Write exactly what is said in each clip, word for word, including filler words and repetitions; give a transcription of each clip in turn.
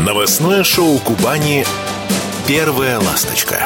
Новостное шоу Кубани «Первая ласточка».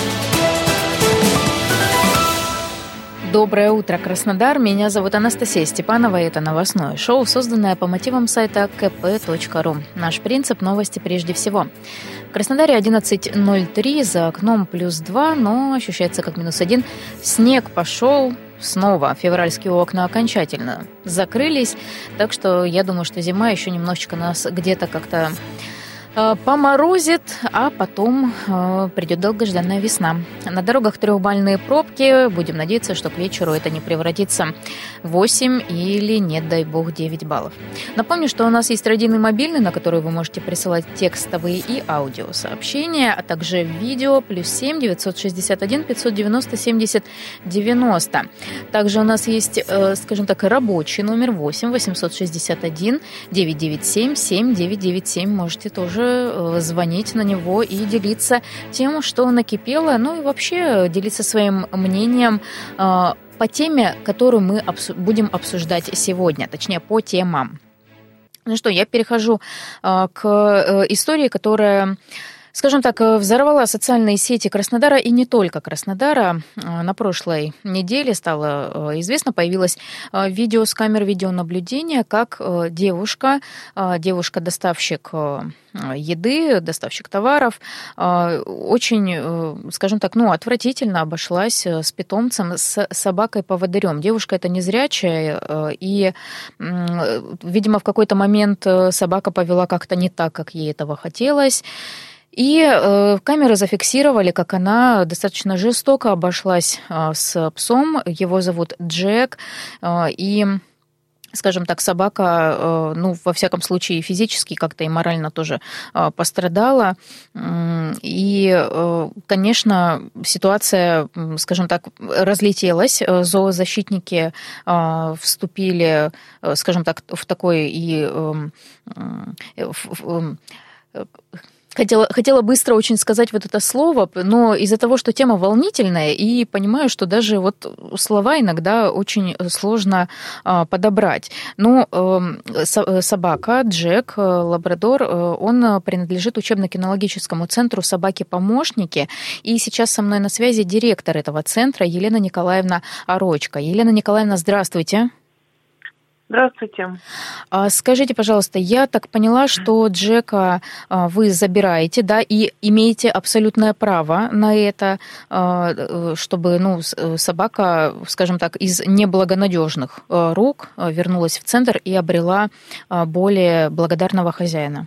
Доброе утро, Краснодар. Меня зовут Анастасия Степанова, и это новостное шоу, созданное по мотивам сайта ка пэ точка ру. Наш принцип – новости прежде всего. В Краснодаре одиннадцать ноль три, за окном плюс два, но ощущается как минус один. Снег пошел. Снова февральские окна окончательно закрылись, так что я думаю, что зима еще немножечко нас где-то как-то э, поморозит, а потом э, придет долгожданная весна. На дорогах трехбальные пробки. Будем надеяться, что к вечеру это не превратится в восемь или, не дай бог, девять баллов. Напомню, что у нас есть родийный мобильный, на который вы можете присылать текстовые и аудиосообщения, а также видео, плюс семь девятьсот шестьдесят один пятьсот девяносто семьдесят девяносто. Также у нас есть, э, скажем так, рабочий номер восемь восемьсот шестьдесят один девятьсот девяносто семь семь девятьсот девяносто семь. Можете тоже э, звонить на него и делиться тем, что накипело, ну и вообще делиться своим мнением э, по теме, которую мы обсу- будем обсуждать сегодня, точнее, по темам. Ну что, я перехожу э, к э, истории, которая, скажем так, взорвала социальные сети Краснодара и не только Краснодара. На прошлой неделе стало известно, появилось видео с камер видеонаблюдения, как девушка, девушка-доставщик еды, доставщик товаров, очень, скажем так, ну, отвратительно обошлась с питомцем, с собакой-поводырем. Девушка эта незрячая, и, видимо, в какой-то момент собака повела как-то не так, как ей этого хотелось. И э, камеры зафиксировали, как она достаточно жестоко обошлась э, с псом. Его зовут Джек. Э, и, скажем так, собака, э, ну, во всяком случае, физически как-то и морально тоже э, пострадала. И, э, конечно, ситуация, скажем так, разлетелась. Зоозащитники э, вступили, э, скажем так, в такой и... Э, э, э, Хотела, хотела быстро очень сказать вот это слово, но из-за того, что тема волнительная, и понимаю, что даже вот слова иногда очень сложно а, подобрать. Но э, со, собака, Джек, лабрадор, он принадлежит учебно-кинологическому центру «Собаки-помощники», и сейчас со мной на связи директор этого центра Елена Николаевна Орочко. Елена Николаевна, здравствуйте. Здравствуйте. Скажите, пожалуйста, я так поняла, что Джека вы забираете, да, и имеете абсолютное право на это, чтобы, ну, собака, скажем так, из неблагонадежных рук вернулась в центр и обрела более благодарного хозяина.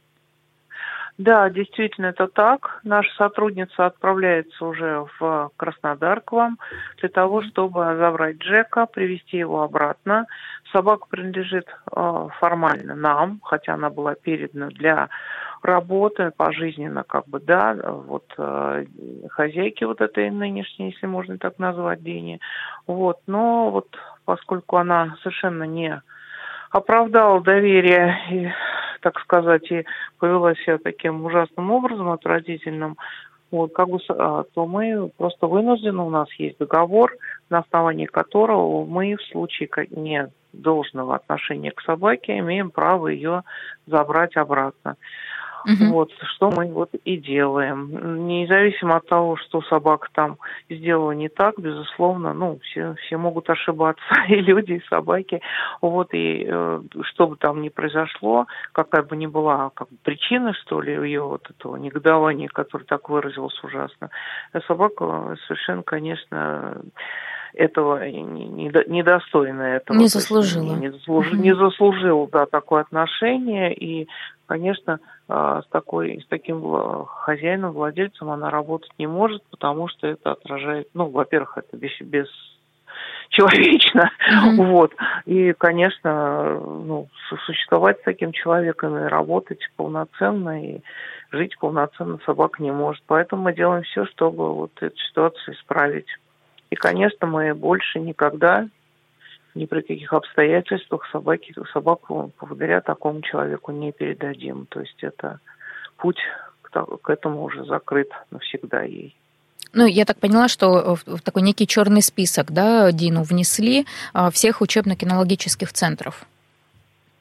Да, действительно, это так. Наша сотрудница отправляется уже в Краснодар к вам для того, чтобы забрать Джека, привезти его обратно. Собака принадлежит э, формально нам, хотя она была передана для работы пожизненно, как бы, да, вот э, хозяйки вот этой нынешней, если можно так назвать, Дени. Вот, но вот поскольку она совершенно не оправдала доверие и, так сказать, и повела себя таким ужасным образом, отвратительным, вот, как бы, то мы просто вынуждены, у нас есть договор, на основании которого мы в случае не должного отношения к собаке имеем право ее забрать обратно. Uh-huh. Вот, что мы вот и делаем. Независимо от того, что собака там сделала не так, безусловно, ну, все, все могут ошибаться, и люди, и собаки. Вот, и э, что бы там ни произошло, какая бы ни была как бы причина, что ли, ее вот этого негодования, которое так выразилось ужасно, собака совершенно, конечно, этого недостойно этого. Не заслужила. Не, заслуж, не заслужил, да, такое отношение. И, конечно, с, такой, с таким хозяином, владельцем она работать не может, потому что это отражает, ну, во-первых, это без, без человечно, mm-hmm. вот, и, конечно, ну, существовать с таким человеком и работать полноценно, и жить полноценно собака не может, поэтому мы делаем все, чтобы вот эту ситуацию исправить. И, конечно, мы больше никогда, ни при каких обстоятельствах собаки, собаку поводыря такому человеку не передадим. То есть это путь к, к этому уже закрыт навсегда ей. Ну, я так поняла, что в такой некий черный список, да, Дину внесли всех учебно-кинологических центров.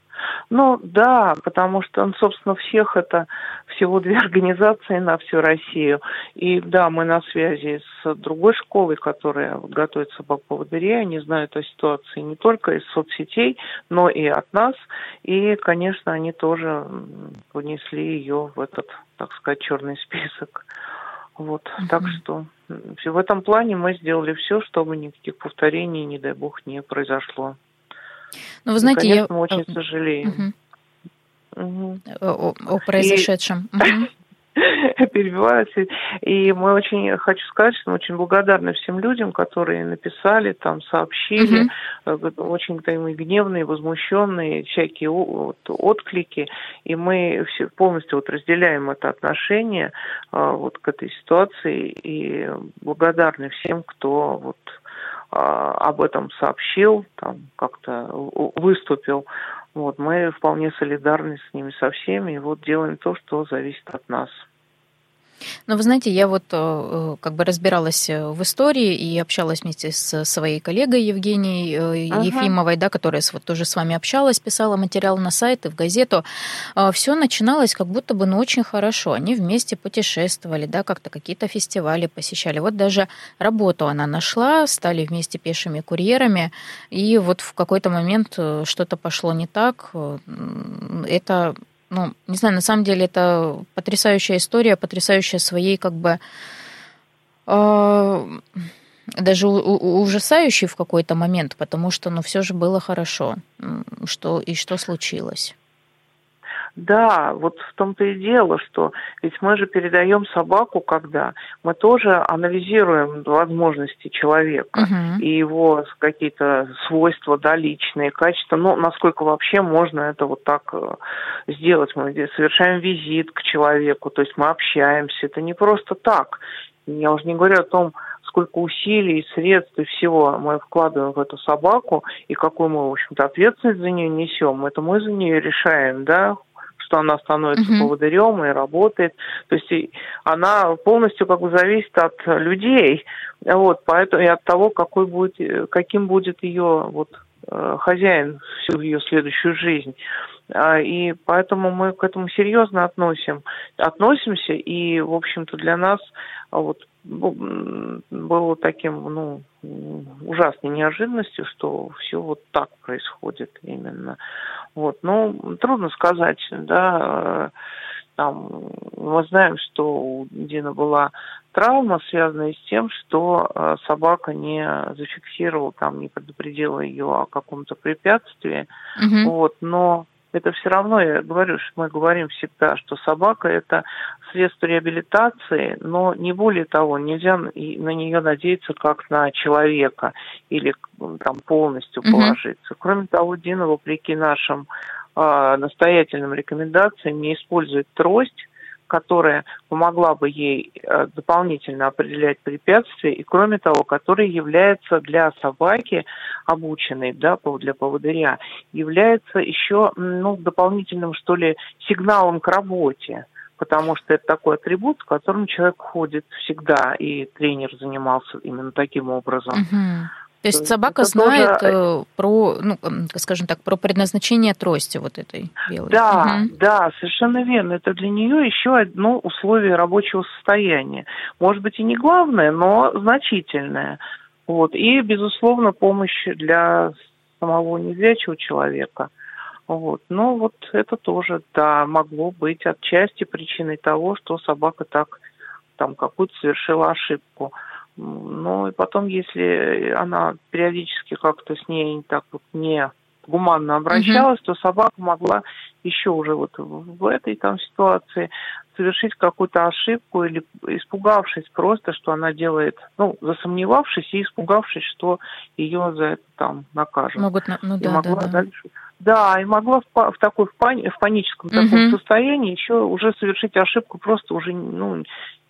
Ну да, потому что, ну, собственно, всех это всего две организации на всю Россию. И да, мы на связи с другой школой, которая готовит собак-поводырей. Они знают о ситуации не только из соцсетей, но и от нас. И, конечно, они тоже внесли ее в этот, так сказать, черный список. Вот, uh-huh. Так что в этом плане мы сделали все, чтобы никаких повторений, не дай бог, не произошло. Ну, вы знаете, и, конечно, я... мы очень сожалеем. Угу. Угу. О, о произошедшем. И... Угу. Перебиваюсь. И мы очень, хочу сказать, что мы очень благодарны всем людям, которые написали, там, сообщили, угу. очень такие гневные, возмущенные, всякие вот, отклики. И мы все полностью вот разделяем это отношение вот, к этой ситуации и благодарны всем, кто вот об этом сообщил, там как-то выступил. Вот, мы вполне солидарны с ними со всеми, и вот делаем то, что зависит от нас. Ну, вы знаете, я вот как бы разбиралась в истории и общалась вместе с своей коллегой Евгенией uh-huh. Ефимовой, да, которая вот тоже с вами общалась, писала материал на сайт и в газету. Все начиналось как будто бы, ну, очень хорошо. Они вместе путешествовали, да, как-то какие-то фестивали посещали. Вот даже работу она нашла, стали вместе пешими курьерами, и вот в какой-то момент что-то пошло не так. Это... Ну, не знаю, на самом деле это потрясающая история, потрясающая своей как бы э, даже у, у, ужасающей в какой-то момент, потому что, ну, все же было хорошо. Что и что случилось? Да, вот в том-то и дело, что ведь мы же передаем собаку, когда мы тоже анализируем возможности человека uh-huh. и его какие-то свойства, да, личные качества, ну, насколько вообще можно это вот так сделать. Мы совершаем визит к человеку, то есть мы общаемся, это не просто так. Я уже не говорю о том, сколько усилий, средств и всего мы вкладываем в эту собаку, и какую мы, в общем-то, ответственность за нее несем. Это мы за нее решаем, да, что она становится uh-huh. поводырем и работает. То есть она полностью как бы зависит от людей, вот, поэтому и от того, какой будет, каким будет ее вот, хозяин всю ее следующую жизнь. И поэтому мы к этому серьезно относим, относимся, и, в общем-то, для нас вот, было таким, ну, ужасной неожиданностью, что все вот так происходит именно. Вот. Ну, трудно сказать, да, там, мы знаем, что у Дины была травма, связанная с тем, что собака не зафиксировала, там, не предупредила ее о каком-то препятствии, mm-hmm. вот, но это все равно, я говорю, что мы говорим всегда, что собака – это средство реабилитации, но не более того, нельзя на нее надеяться как на человека или там полностью mm-hmm. положиться. Кроме того, Дина, вопреки нашим э, настоятельным рекомендациям, не использует трость, которая помогла бы ей дополнительно определять препятствия, и, кроме того, которая является для собаки, обученной, да, для поводыря, является еще, ну, дополнительным, что ли, сигналом к работе, потому что это такой атрибут, с которым человек ходит всегда, и тренер занимался именно таким образом. Uh-huh. То есть собака это знает тоже... про, ну, скажем так, про предназначение трости вот этой белой. Да, угу. да, совершенно верно. Это для нее еще одно условие рабочего состояния. Может быть и не главное, но значительное. Вот. И, безусловно, помощь для самого незрячего человека. Вот. Но вот это тоже, да, могло быть отчасти причиной того, что собака так там какую-то совершила ошибку. Ну и потом, если она периодически как-то с ней так вот не гуманно обращалась, uh-huh. то собака могла еще уже вот в этой там ситуации совершить какую-то ошибку или испугавшись просто, что она делает, ну, засомневавшись и испугавшись, что ее за это там накажут. Могут, ну да, и могла да, да. дальше... Да, и могла в, в такой в, пани, в паническом uh-huh. таком состоянии еще уже совершить ошибку, просто уже, ну,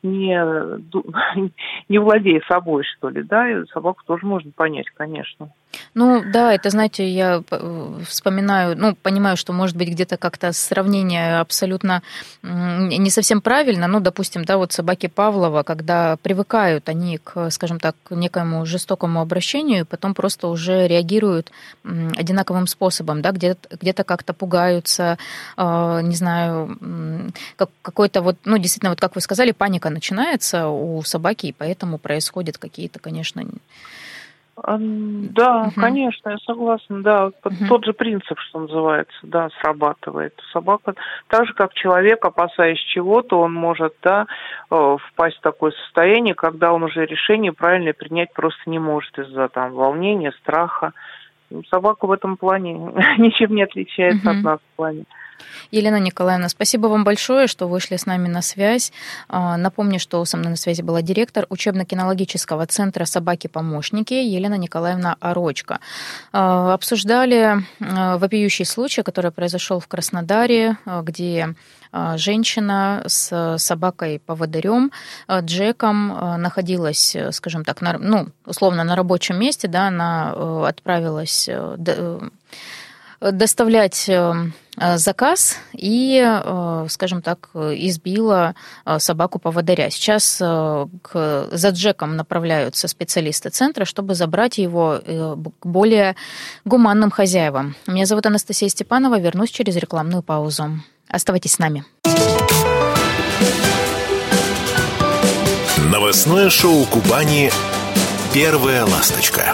не, не владея собой, что ли, да, и собаку тоже можно понять, конечно. Ну, да, это, знаете, я вспоминаю, ну, понимаю, что, может быть, где-то как-то сравнение абсолютно не совсем правильно, ну, допустим, да, вот собаки Павлова, когда привыкают они к, скажем так, некоему жестокому обращению, потом просто уже реагируют одинаковым способом, да, где-то, где-то как-то пугаются, не знаю, какой-то вот, ну, действительно, вот как вы сказали, паника начинается у собаки, и поэтому происходят какие-то, конечно... Да, угу. Конечно, я согласна, да, угу. Тот же принцип, что называется, да, срабатывает. Собака, так же, как человек, опасаясь чего-то, он может, да, впасть в такое состояние, когда он уже решение правильное принять просто не может из-за там волнения, страха. Собака в этом плане ничем не отличается угу. от нас в плане. Елена Николаевна, спасибо вам большое, что вышли с нами на связь. Напомню, что со мной на связи была директор учебно-кинологического центра «Собаки-помощники» Елена Николаевна Орочко. Обсуждали вопиющий случай, который произошел в Краснодаре, где женщина с собакой-поводырем Джеком находилась, скажем так, на, ну, условно на рабочем месте, да, она отправилась доставлять заказ и, скажем так, избила собаку-поводыря. Сейчас к, за Джеком направляются специалисты центра, чтобы забрать его к более гуманным хозяевам. Меня зовут Анастасия Степанова. Вернусь через рекламную паузу. Оставайтесь с нами. Новостное шоу Кубани «Первая ласточка».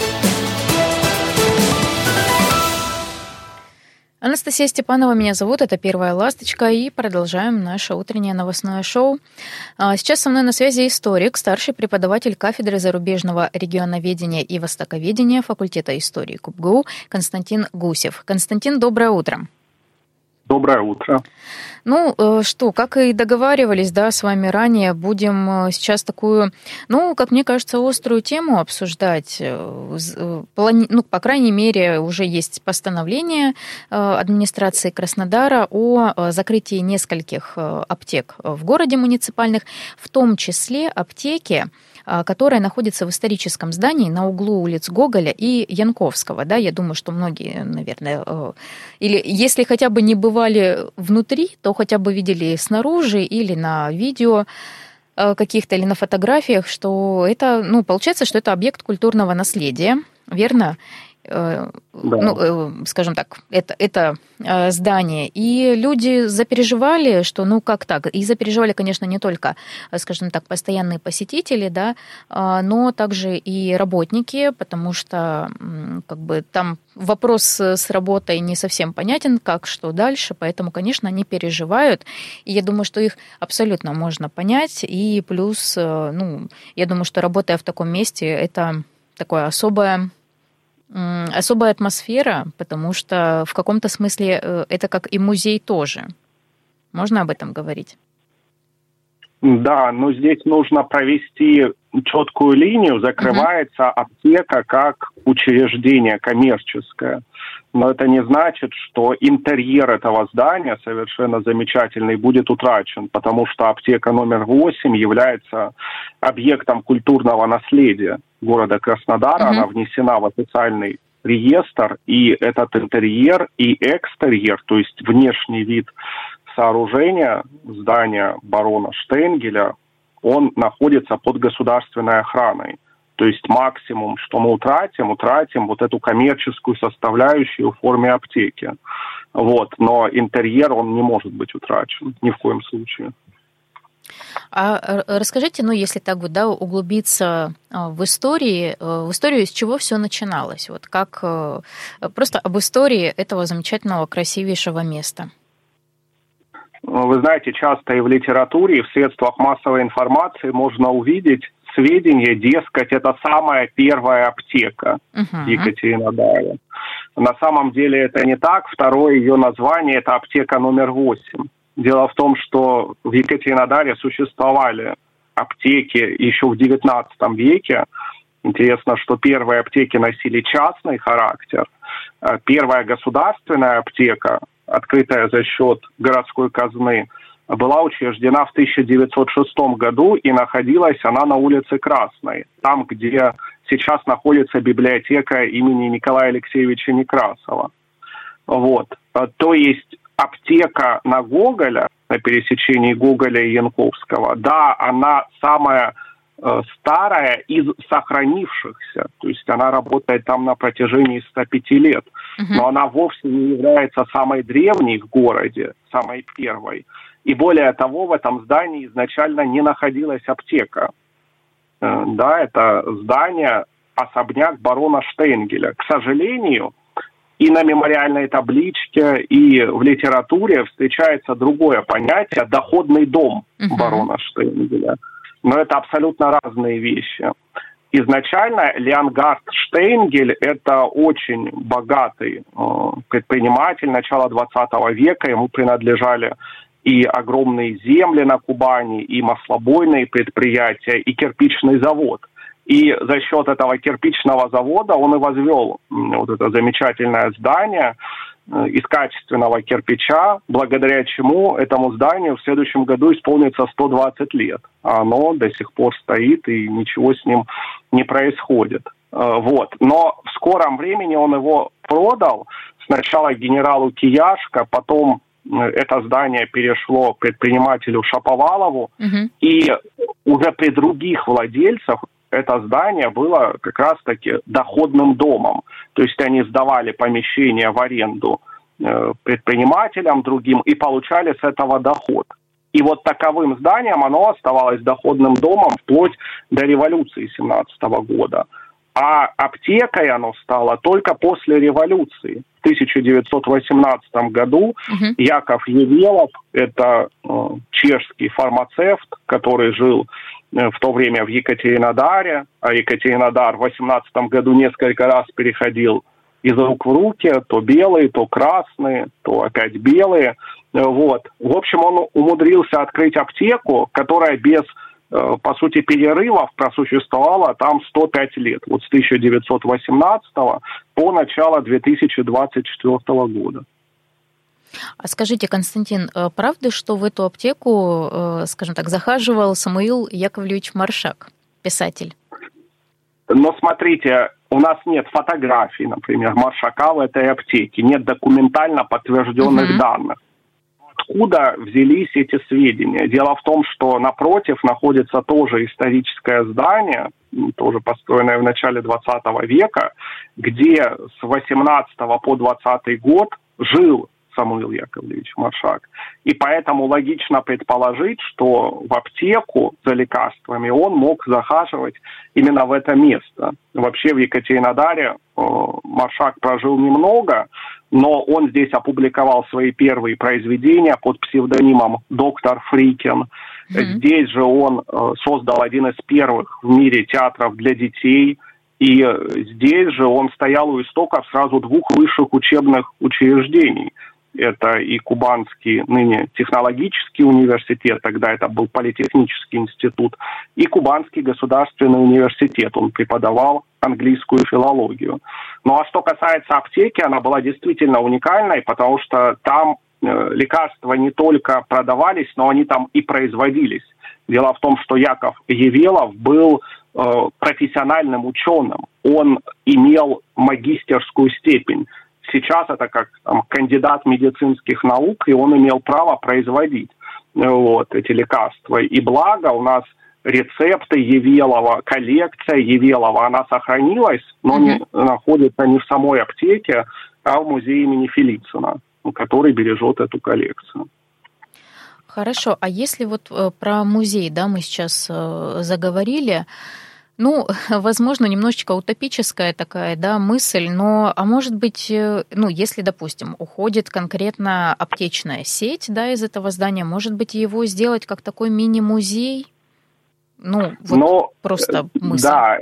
Анастасия Степанова меня зовут, это «Первая ласточка», и продолжаем наше утреннее новостное шоу. Сейчас со мной на связи историк, старший преподаватель кафедры зарубежного регионоведения и востоковедения факультета истории КубГУ Константин Гусев. Константин, доброе утро. Доброе утро. Ну что, как и договаривались, да, с вами ранее, будем сейчас такую, ну, как мне кажется, острую тему обсуждать. Ну, по крайней мере, уже есть постановление администрации Краснодара о закрытии нескольких аптек в городе муниципальных, в том числе аптеки, которая находится в историческом здании на углу улиц Гоголя и Янковского. Да, я думаю, что многие, наверное, или если хотя бы не бывали внутри, то хотя бы видели снаружи или на видео каких-то, или на фотографиях, что это, ну, получается, что это объект культурного наследия, верно? Да. Ну, скажем так, это, это здание. И люди запереживали, что ну как так? И запереживали, конечно, не только, скажем так, постоянные посетители, да, но также и работники, потому что как бы там вопрос с работой не совсем понятен, как, что дальше, поэтому, конечно, они переживают. И я думаю, что их абсолютно можно понять. И плюс, ну, я думаю, что работая в таком месте, это такое особое особая атмосфера, потому что в каком-то смысле это как и музей тоже. Можно об этом говорить? Да, но здесь нужно провести четкую линию. Закрывается uh-huh. аптека как учреждение коммерческое. Но это не значит, что интерьер этого здания, совершенно замечательный, будет утрачен, потому что аптека номер восемь является объектом культурного наследия города Краснодара. Uh-huh. Она внесена в официальный реестр, и этот интерьер и экстерьер, то есть внешний вид сооружения, здания барона Штейнгеля, он находится под государственной охраной. То есть максимум, что мы утратим, утратим вот эту коммерческую составляющую в форме аптеки. Вот. Но интерьер, он не может быть утрачен ни в коем случае. А расскажите, ну, если так вот, да, углубиться в истории, в историю, с чего все начиналось? Вот как просто об истории этого замечательного, красивейшего места. Вы знаете, часто и в литературе, и в средствах массовой информации можно увидеть сведения, дескать, это самая первая аптека uh-huh. в Екатеринодаре. На самом деле это не так. Второе ее название – это аптека номер восемь. Дело в том, что в Екатеринодаре существовали аптеки еще в девятнадцатом веке. Интересно, что первые аптеки носили частный характер. Первая государственная аптека, открытая за счет городской казны, была учреждена в тысяча девятьсот шестом году, и находилась она на улице Красной, там, где сейчас находится библиотека имени Николая Алексеевича Некрасова. Вот. То есть аптека на Гоголя, на пересечении Гоголя и Янковского, да, она самая э, старая из сохранившихся, то есть она работает там на протяжении ста пяти лет, uh-huh. но она вовсе не является самой древней в городе, самой первой. И более того, в этом здании изначально не находилась аптека. Э, да, это здание, особняк барона Штейнгеля. К сожалению, и на мемориальной табличке, и в литературе встречается другое понятие – доходный дом uh-huh. барона Штейнгеля. Но это абсолютно разные вещи. Изначально Леонгард Штейнгель – это очень богатый э, предприниматель начала двадцатого века. Ему принадлежали и огромные земли на Кубани, и маслобойные предприятия, и кирпичный завод. И за счет этого кирпичного завода он и возвел вот это замечательное здание из качественного кирпича, благодаря чему этому зданию в следующем году исполнится сто двадцать лет. А оно до сих пор стоит, и ничего с ним не происходит. Вот. Но в скором времени он его продал. Сначала генералу Кияшко, потом это здание перешло предпринимателю Шаповалову. Угу. И уже при других владельцах это здание было как раз-таки доходным домом. То есть они сдавали помещения в аренду э, предпринимателям другим и получали с этого доход. И вот таковым зданием оно оставалось доходным домом вплоть до революции семнадцатого года. А аптекой оно стало только после революции. В тысяча девятьсот восемнадцатом году uh-huh. Яков Евелов, это э, чешский фармацевт, который жил в то время в Екатеринодаре, а Екатеринодар в восемнадцатом году несколько раз переходил из рук в руки, то белые, то красные, то опять белые. Вот. В общем, он умудрился открыть аптеку, которая без, по сути, перерывов просуществовала там сто пять лет. Вот с тысяча девятьсот восемнадцатого по начало две тысячи двадцать четвёртого года. А скажите, Константин, правда, что в эту аптеку, скажем так, захаживал Самуил Яковлевич Маршак, писатель? Но смотрите, у нас нет фотографий, например, Маршака в этой аптеке, нет документально подтвержденных uh-huh. данных. Откуда взялись эти сведения? Дело в том, что напротив находится тоже историческое здание, тоже построенное в начале двадцатого века, где с восемнадцатого по двадцатый год жил Самуил Яковлевич Маршак. И поэтому логично предположить, что в аптеку за лекарствами он мог захаживать именно в это место. Вообще в Екатеринодаре э, Маршак прожил немного, но он здесь опубликовал свои первые произведения под псевдонимом доктор Фрикин. Mm-hmm. Здесь же он э, создал один из первых в мире театров для детей. И здесь же он стоял у истоков сразу двух высших учебных учреждений. Это и Кубанский, ныне технологический университет, тогда это был политехнический институт, и Кубанский государственный университет. Он преподавал английскую филологию. Ну а что касается аптеки, она была действительно уникальной, потому что там э, лекарства не только продавались, но они там и производились. Дело в том, что Яков Евелов был э, профессиональным ученым. Он имел магистерскую степень. Сейчас это как там, кандидат медицинских наук, и он имел право производить вот, эти лекарства. И благо у нас рецепты Евелова, коллекция Евелова, она сохранилась, но mm-hmm. не находится не в самой аптеке, а в музее имени Фелицина, который бережет эту коллекцию. Хорошо, а если вот про музей, да, мы сейчас заговорили, ну, возможно, немножечко утопическая такая, да, мысль, но, а может быть, ну, если, допустим, уходит конкретно аптечная сеть, да, из этого здания, может быть, его сделать как такой мини-музей? Ну, вот но, просто мысль. Да,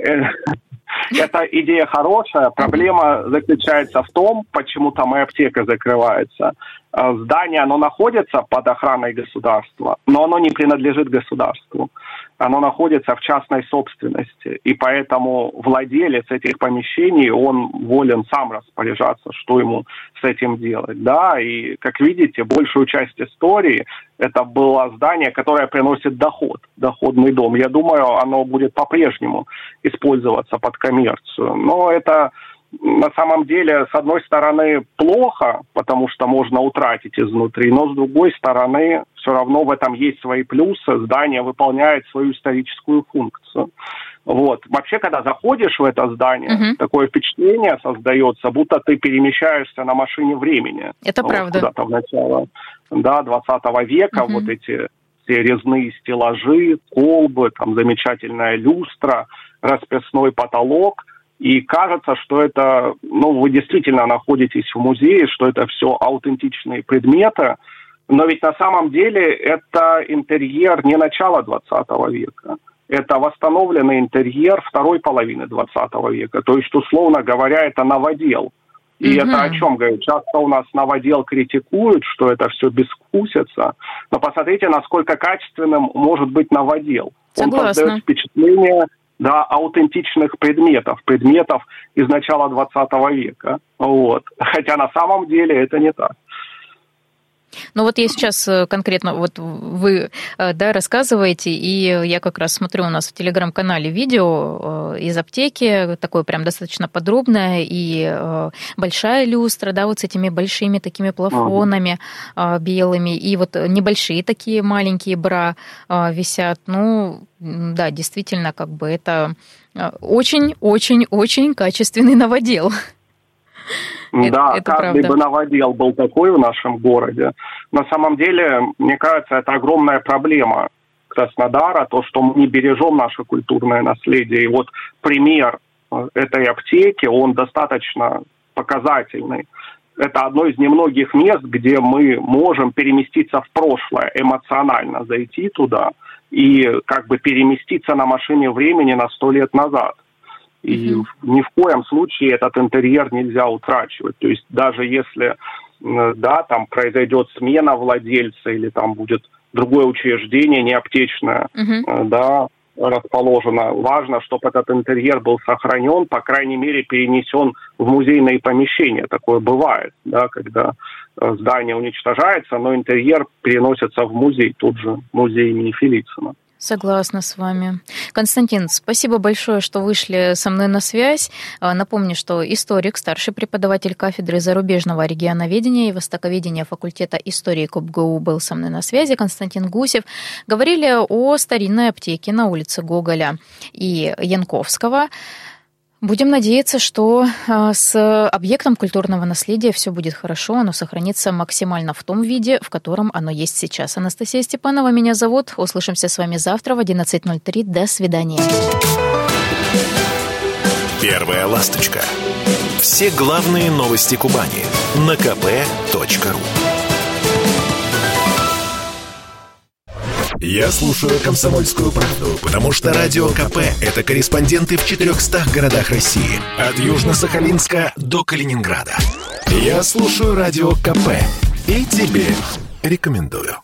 эта идея хорошая. Проблема заключается в том, почему там и аптека закрывается. здание, оно находится под охраной государства, но оно не принадлежит государству. Оно находится в частной собственности, и поэтому владелец этих помещений, он волен сам распоряжаться, что ему с этим делать. Да, и, как видите, большую часть истории это было здание, которое приносит доход, доходный дом. Я думаю, оно будет по-прежнему использоваться под коммерцию. Но это на самом деле, с одной стороны, плохо, потому что можно утратить изнутри, но с другой стороны, все равно в этом есть свои плюсы. Здание выполняет свою историческую функцию. Вот. Вообще, когда заходишь в это здание, uh-huh. такое впечатление создается, будто ты перемещаешься на машине времени. Это вот, правда. Куда-то в начало да, двадцатого века, uh-huh. вот эти все резные стеллажи, колбы, там замечательная люстра, расписной потолок. И кажется, что это, ну, вы действительно находитесь в музее, что это все аутентичные предметы, но ведь на самом деле это интерьер не начала двадцатого века. Это восстановленный интерьер второй половины двадцатого века. То есть, условно говоря, это новодел. И mm-hmm. это о чем говорит? Часто у нас новодел критикуют, что это все безвкусица. Но посмотрите, насколько качественным может быть новодел. Согласна. Он создает впечатление... да, аутентичных предметов, предметов из начала двадцатого века. Вот. Хотя на самом деле это не так. Ну вот я сейчас конкретно, вот вы да, рассказываете, и я как раз смотрю у нас в Телеграм-канале видео из аптеки, такое прям достаточно подробное, и большая люстра, да, вот с этими большими такими плафонами ага. белыми, и вот небольшие такие маленькие бра висят. Ну, да, действительно, как бы это очень-очень-очень качественный новодел. Да, это, это каждый правда. бы новодел был такой в нашем городе. На самом деле, мне кажется, это огромная проблема Краснодара, то, что мы не бережем наше культурное наследие. И вот пример этой аптеки, он достаточно показательный. Это одно из немногих мест, где мы можем переместиться в прошлое, эмоционально зайти туда и как бы переместиться на машине времени на сто лет назад. И mm-hmm. ни в коем случае этот интерьер нельзя утрачивать. То есть даже если да, там произойдет смена владельца или там будет другое учреждение, не аптечное, mm-hmm. да, расположено, важно, чтобы этот интерьер был сохранен, по крайней мере, перенесен в музейные помещения. Такое бывает, да, когда здание уничтожается, но интерьер переносится в музей, тут же музей имени Фелицына. Согласна с вами. Константин, спасибо большое, что вышли со мной на связь. Напомню, что историк, старший преподаватель кафедры зарубежного регионоведения и востоковедения факультета истории КобГУ был со мной на связи, Константин Гусев. Говорили о старинной аптеке на улице Гоголя и Янковского. Будем надеяться, что с объектом культурного наследия все будет хорошо, оно сохранится максимально в том виде, в котором оно есть сейчас. Анастасия Степанова меня зовут. Услышимся с вами завтра в одиннадцать ноль три. До свидания. Первая ласточка. Все главные новости Кубани на ка пэ точка ру. Я слушаю «Комсомольскую правду», потому что Радио КП – это корреспонденты в четырехстах городах России. От Южно-Сахалинска до Калининграда. Я слушаю Радио КП и тебе рекомендую.